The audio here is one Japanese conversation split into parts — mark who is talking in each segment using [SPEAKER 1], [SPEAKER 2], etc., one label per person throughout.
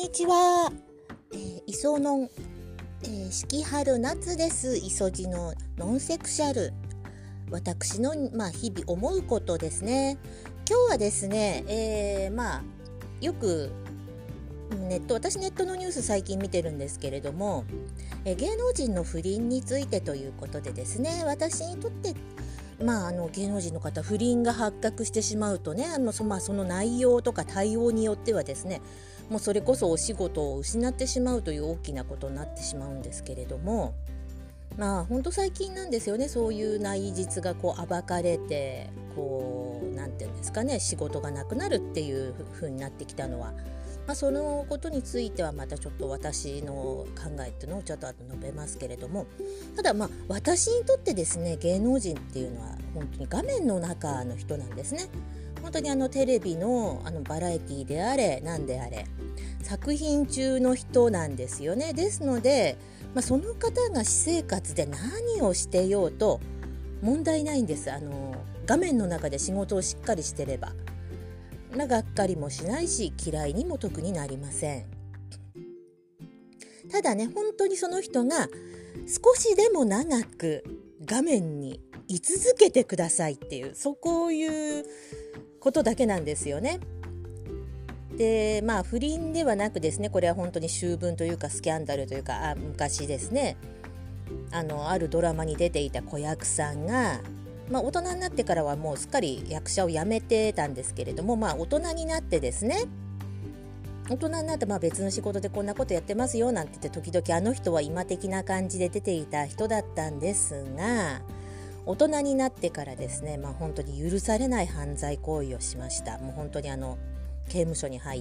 [SPEAKER 1] にちは、磯の、四季春夏です。磯路のノンセクシャル、私の、日々思うことですね。今日はですね、よく私ネットのニュース最近見てるんですけれども、芸能人の不倫についてということでですね、私にとって芸能人の方、不倫が発覚してしまうとね、その内容とか対応によってはですね、もうそれこそお仕事を失ってしまうという大きなことになってしまうんですけれども、本当最近なんですよね。そういう内実が暴かれて、なんていうんですかね、仕事がなくなるっていう風になってきたのは、そのことについてはまたちょっと私の考えっていうのをちょっと後述べますけれども、ただ私にとってですね、芸能人っていうのは本当に画面の中の人なんですね。本当にテレビのバラエティであれ何であれ作品中の人なんですよね。ですので、その方が私生活で何をしてようと問題ないんです。画面の中で仕事をしっかりしてれば、がっかりもしないし、嫌いにも特になりません。ただね、本当にその人が少しでも長く画面に居続けてくださいっていう、こういうことだけなんですよね。で、不倫ではなくですね、これは本当に醜聞というかスキャンダルというか、昔ですね、あるドラマに出ていた子役さんが、大人になってからはもうすっかり役者を辞めてたんですけれども、大人になってですね、大人になって別の仕事でこんなことやってますよなんて言って、時々あの人は今的な感じで出ていた人だったんですが、大人になってからですね、本当に許されない犯罪行為をしました。もう本当に刑務所に入って、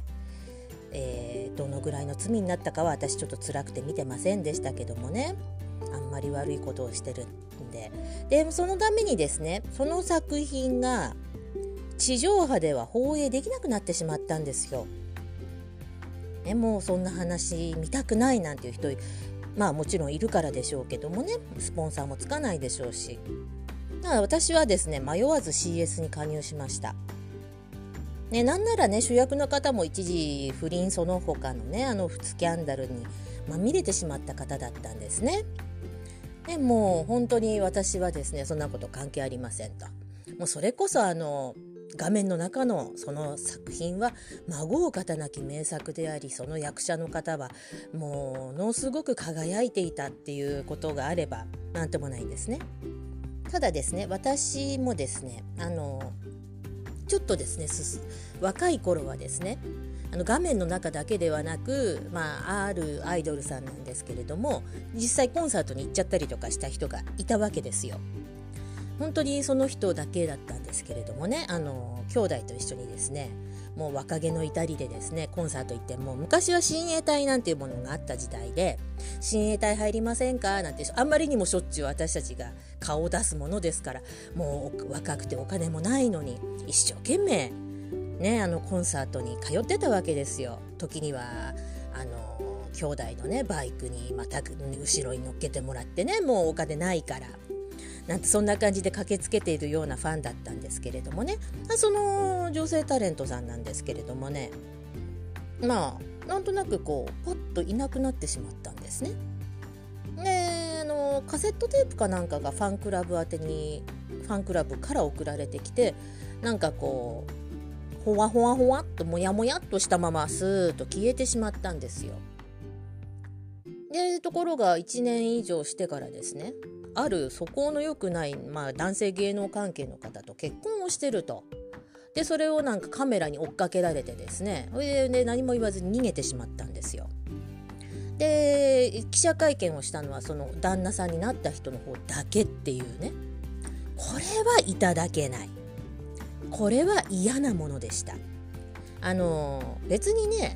[SPEAKER 1] どのぐらいの罪になったかは私ちょっと辛くて見てませんでしたけどもね、あんまり悪いことをしてるんで、そのためにですね、その作品が地上波では放映できなくなってしまったんですよ。もうそんな話見たくないなんていう人、もちろんいるからでしょうけどもね、スポンサーもつかないでしょうし、だから私はですね、迷わず CS に加入しました。なんならね、主役の方も一時不倫その他のね、スキャンダルにまみれてしまった方だったんですね。もう本当に私はですね、そんなこと関係ありませんと。もうそれこそ画面の中のその作品は孫をかたなき名作であり、その役者の方はものすごく輝いていたっていうことがあればなんともないんですね。ただですね、私もですね、ちょっとですね、若い頃はですね、画面の中だけではなく、あるアイドルさんなんですけれども、実際コンサートに行っちゃったりとかした人がいたわけですよ。本当にその人だけだったんですけれどもね、兄弟と一緒にですね、もう若気の至りでですね、コンサート行って、もう昔は親衛隊なんていうものがあった時代で、親衛隊入りませんかなんて、あんまりにもしょっちゅう私たちが顔を出すものですから、もう若くてお金もないのに一生懸命ね、コンサートに通ってたわけですよ。時には兄弟のねバイクに後ろに乗っけてもらってね、もうお金ないからなんて、そんな感じで駆けつけているようなファンだったんですけれどもね、その女性タレントさんなんですけれどもね、なんとなくパッといなくなってしまったんですね。で、カセットテープかなんかがファンクラブから送られてきて、ほわほわほわっともやもやっとしたままスーッと消えてしまったんですよ。で、ところが1年以上してからですね、ある素行の良くない、男性芸能関係の方と結婚をしてると。で、それをカメラに追っかけられてですね、で何も言わずに逃げてしまったんですよ。で、記者会見をしたのはその旦那さんになった人の方だけっていうね、これはいただけない、これは嫌なものでした。別にね、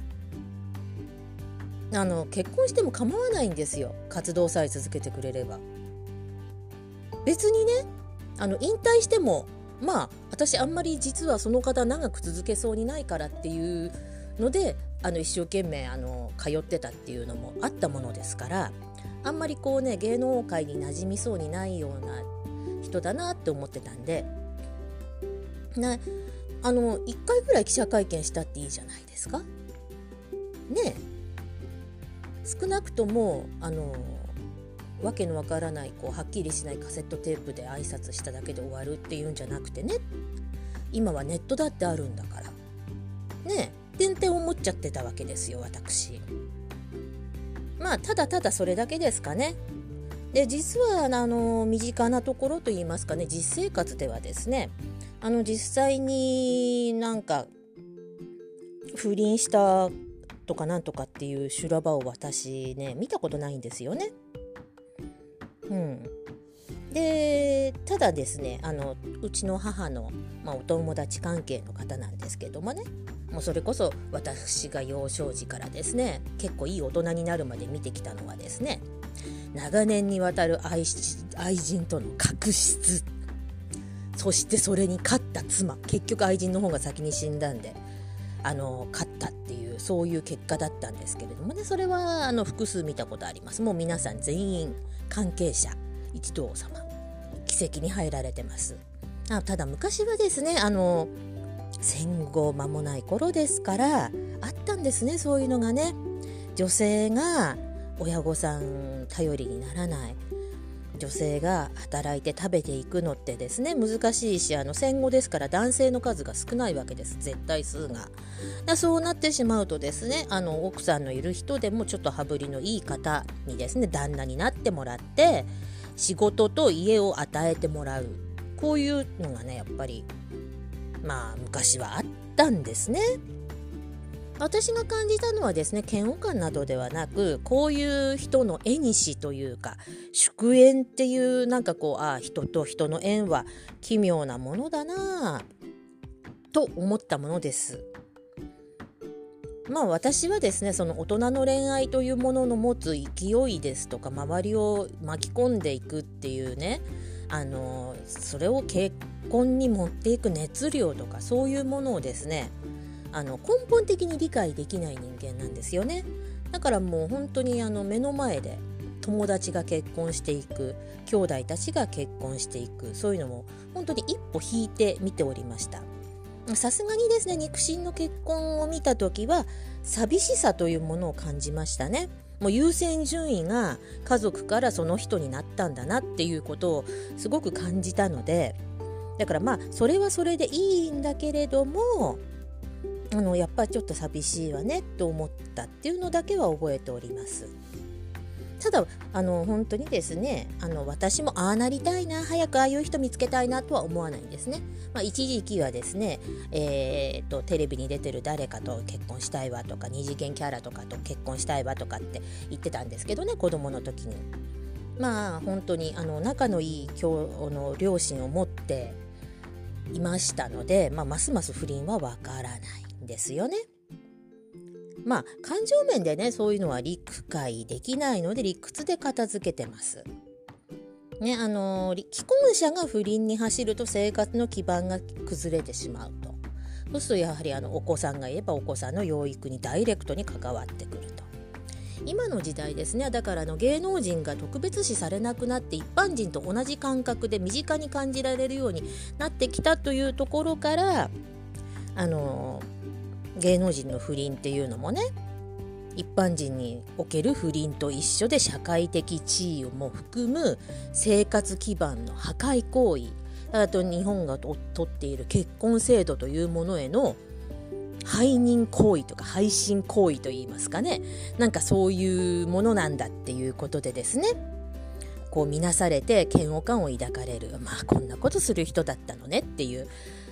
[SPEAKER 1] 結婚しても構わないんですよ。活動さえ続けてくれれば。別にね、引退しても私あんまり実はその方長く続けそうにないからっていうので一生懸命通ってたっていうのもあったものですから、あんまり芸能界に馴染みそうにないような人だなって思ってたんで、1回ぐらい記者会見したっていいじゃないですか。 ね、少なくともわけのわからないはっきりしないカセットテープで挨拶しただけで終わるっていうんじゃなくてね、今はネットだってあるんだからねって思っちゃってたわけですよ、私。ただただそれだけですかね。で、実は身近なところといいますかね、実生活ではですね、実際になんか不倫したとかなんとかっていう修羅場を私ね見たことないんですよね。で、ただですね、うちの母の、お友達関係の方なんですけどもね、もうそれこそ私が幼少時からですね、結構いい大人になるまで見てきたのはですね、長年にわたる愛人との確執、そしてそれに勝った妻、結局愛人の方が先に死んだんで勝ったっていう、そういう結果だったんですけれどもね、それは複数見たことあります。もう皆さん全員関係者一同様奇跡に入られてます。ただ昔はですね、戦後間もない頃ですからあったんですね、そういうのがね。女性が親御さん頼りにならない、女性が働いて食べていくのってですね難しいし、戦後ですから男性の数が少ないわけです、絶対数が。そうなってしまうとですね、奥さんのいる人でもちょっと羽振りのいい方にですね旦那になってもらって仕事と家を与えてもらう、こういうのがねやっぱり昔はあったんですね。私が感じたのはですね、嫌悪感などではなく、こういう人の縁というか祝縁っていう、なんか人と人の縁は奇妙なものだなと思ったものです。私はですね、その大人の恋愛というものの持つ勢いですとか、周りを巻き込んでいくっていうね、それを結婚に持っていく熱量とか、そういうものをですね根本的に理解できない人間なんですよね。だからもう本当に目の前で友達が結婚していく、兄弟たちが結婚していく、そういうのも本当に一歩引いて見ておりました。さすがにですね、肉親の結婚を見た時は寂しさというものを感じましたね。もう優先順位が家族からその人になったんだなっていうことをすごく感じたので、だからそれはそれでいいんだけれども、やっぱりちょっと寂しいわねと思ったっていうのだけは覚えております。ただ本当にですね、私もああなりたいな、早くああいう人見つけたいなとは思わないんですね。一時期はですね、テレビに出てる誰かと結婚したいわとか、二次元キャラとかと結婚したいわとかって言ってたんですけどね、子供の時に。本当に仲のいい両親を持っていましたので、ますます不倫はわからないんですよね。感情面でね、そういうのは理解できないので理屈で片付けてますね。既婚者が不倫に走ると生活の基盤が崩れてしまうと。そうするとやはりお子さんがいればお子さんの養育にダイレクトに関わってくると。今の時代ですね、だから芸能人が特別視されなくなって、一般人と同じ感覚で身近に感じられるようになってきたというところから、芸能人の不倫っていうのもね、一般人における不倫と一緒で社会的地位をも含む生活基盤の破壊行為、あと日本がとっている結婚制度というものへの背任行為とか背信行為といいますかね、なんかそういうものなんだっていうことでですね、見なされて嫌悪感を抱かれる、こんなことする人だったのねっていう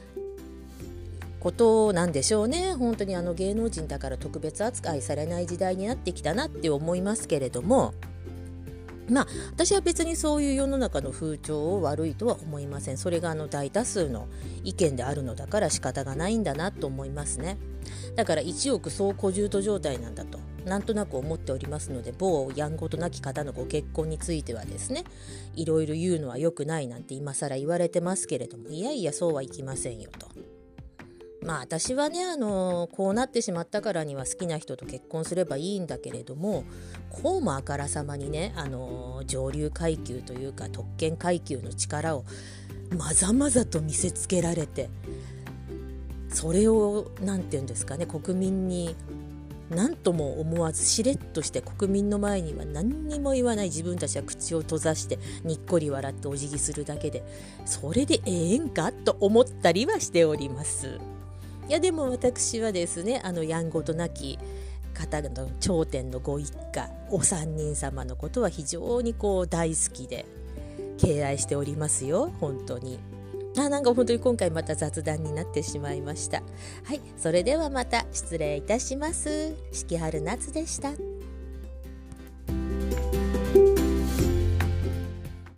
[SPEAKER 1] ことなんでしょうね。本当に芸能人だから特別扱いされない時代になってきたなって思いますけれども、私は別にそういう世の中の風潮を悪いとは思いません。それが大多数の意見であるのだから仕方がないんだなと思いますね。だから一億総小獣と状態なんだとなんとなく思っておりますので、某やんごとなき方のご結婚についてはですね、いろいろ言うのは良くないなんて今更言われてますけれども、いやいやそうはいきませんよと。私はね、こうなってしまったからには好きな人と結婚すればいいんだけれども、こうもあからさまにね、上流階級というか特権階級の力をまざまざと見せつけられて、それをなんていうんですかね、国民になんとも思わずしれっとして国民の前には何にも言わない自分たちは口を閉ざしてにっこり笑ってお辞儀するだけで、それでええんかと思ったりはしております。いやでも私はですね、やんごとなき方の頂点のご一家お三人様のことは非常に大好きで敬愛しておりますよ、本当に。なんか本当に今回また雑談になってしまいました。はい、それではまた失礼いたします。四季春夏でした。